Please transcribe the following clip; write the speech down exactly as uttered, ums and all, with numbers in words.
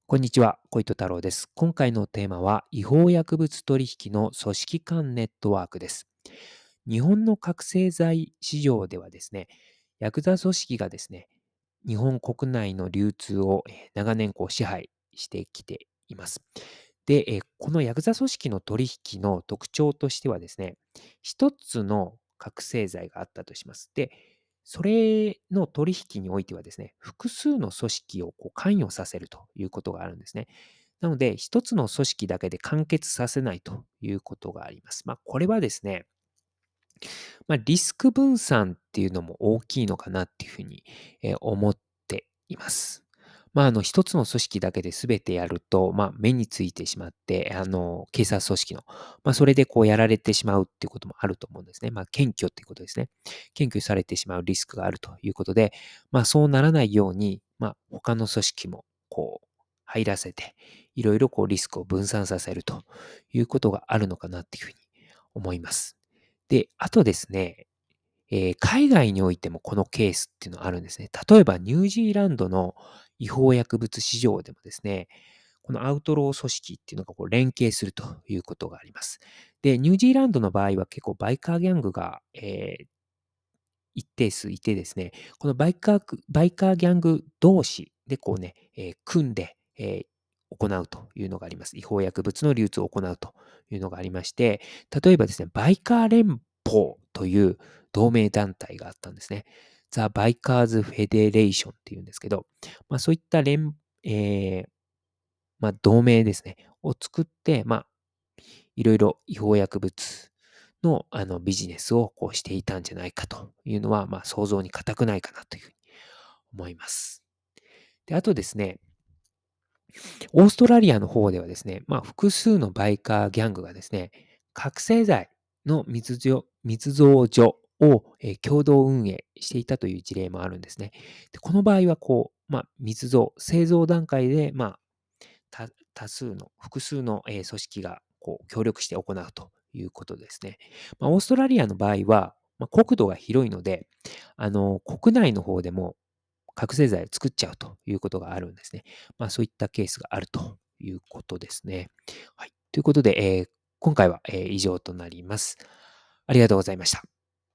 こんにちは、小糸太郎です。今回のテーマは、違法薬物取引の組織間ネットワークです。日本の覚醒剤市場ではですね、ヤクザ組織がですね、日本国内の流通をえー長年こう支配してきています。で、えーこのヤクザ組織の取引の特徴としてはですね、一つの覚醒剤があったとします。で、それの取引においてはですね、複数の組織をこう関与させるということがあるんですね。なので、一つの組織だけで完結させないということがあります。まあ、これはですね、まあ、リスク分散っていうのも大きいのかなっていうふうに、えー思っています。まあ、あの、一つの組織だけで全てやると、まあ、目についてしまって、あの、警察組織の、まあ、それでこうやられてしまうっていうこともあると思うんですね。まあ、検挙っていうことですね。検挙されてしまうリスクがあるということで、まあ、そうならないように、まあ、他の組織も、こう、入らせて、いろいろこうリスクを分散させるということがあるのかなっていうふうに思います。で、あとですね、えー海外においてもこのケースっていうのはあるんですね。例えばニュージーランドの違法薬物市場でもですね、このアウトロー組織っていうのがこう連携するということがあります。で、ニュージーランドの場合は結構バイカーギャングが、えー一定数いてですね、このバイカーク、バイカーギャング同士でこうね、えー組んで、えー行うというのがあります。違法薬物の流通を行うというのがありまして、例えばですね、バイカー連邦という同盟団体があったんですね。ザ・バイカーズ・フェデレーションっていうんですけど、まあそういった連、えーまあ同盟ですね、を作って、まあいろいろ違法薬物のあのビジネスをこうしていたんじゃないかというのは、まあ想像に難くないかなというふうに思います。で、あとですね、オーストラリアの方ではですね、まあ複数のバイカーギャングがですね、覚醒剤の密造密造所をえー共同運営していたという事例もあるんですね。でこの場合は、こう、まあ、密造、製造段階で、まあ、多多数の、複数のえー組織がこう協力して行うということですね。まあ、オーストラリアの場合は、まあ、国土が広いので、あの、国内の方でも覚醒剤を作っちゃうということがあるんですね。まあ、そういったケースがあるということですね。はい。ということで、えー今回は、えー以上となります。ありがとうございました。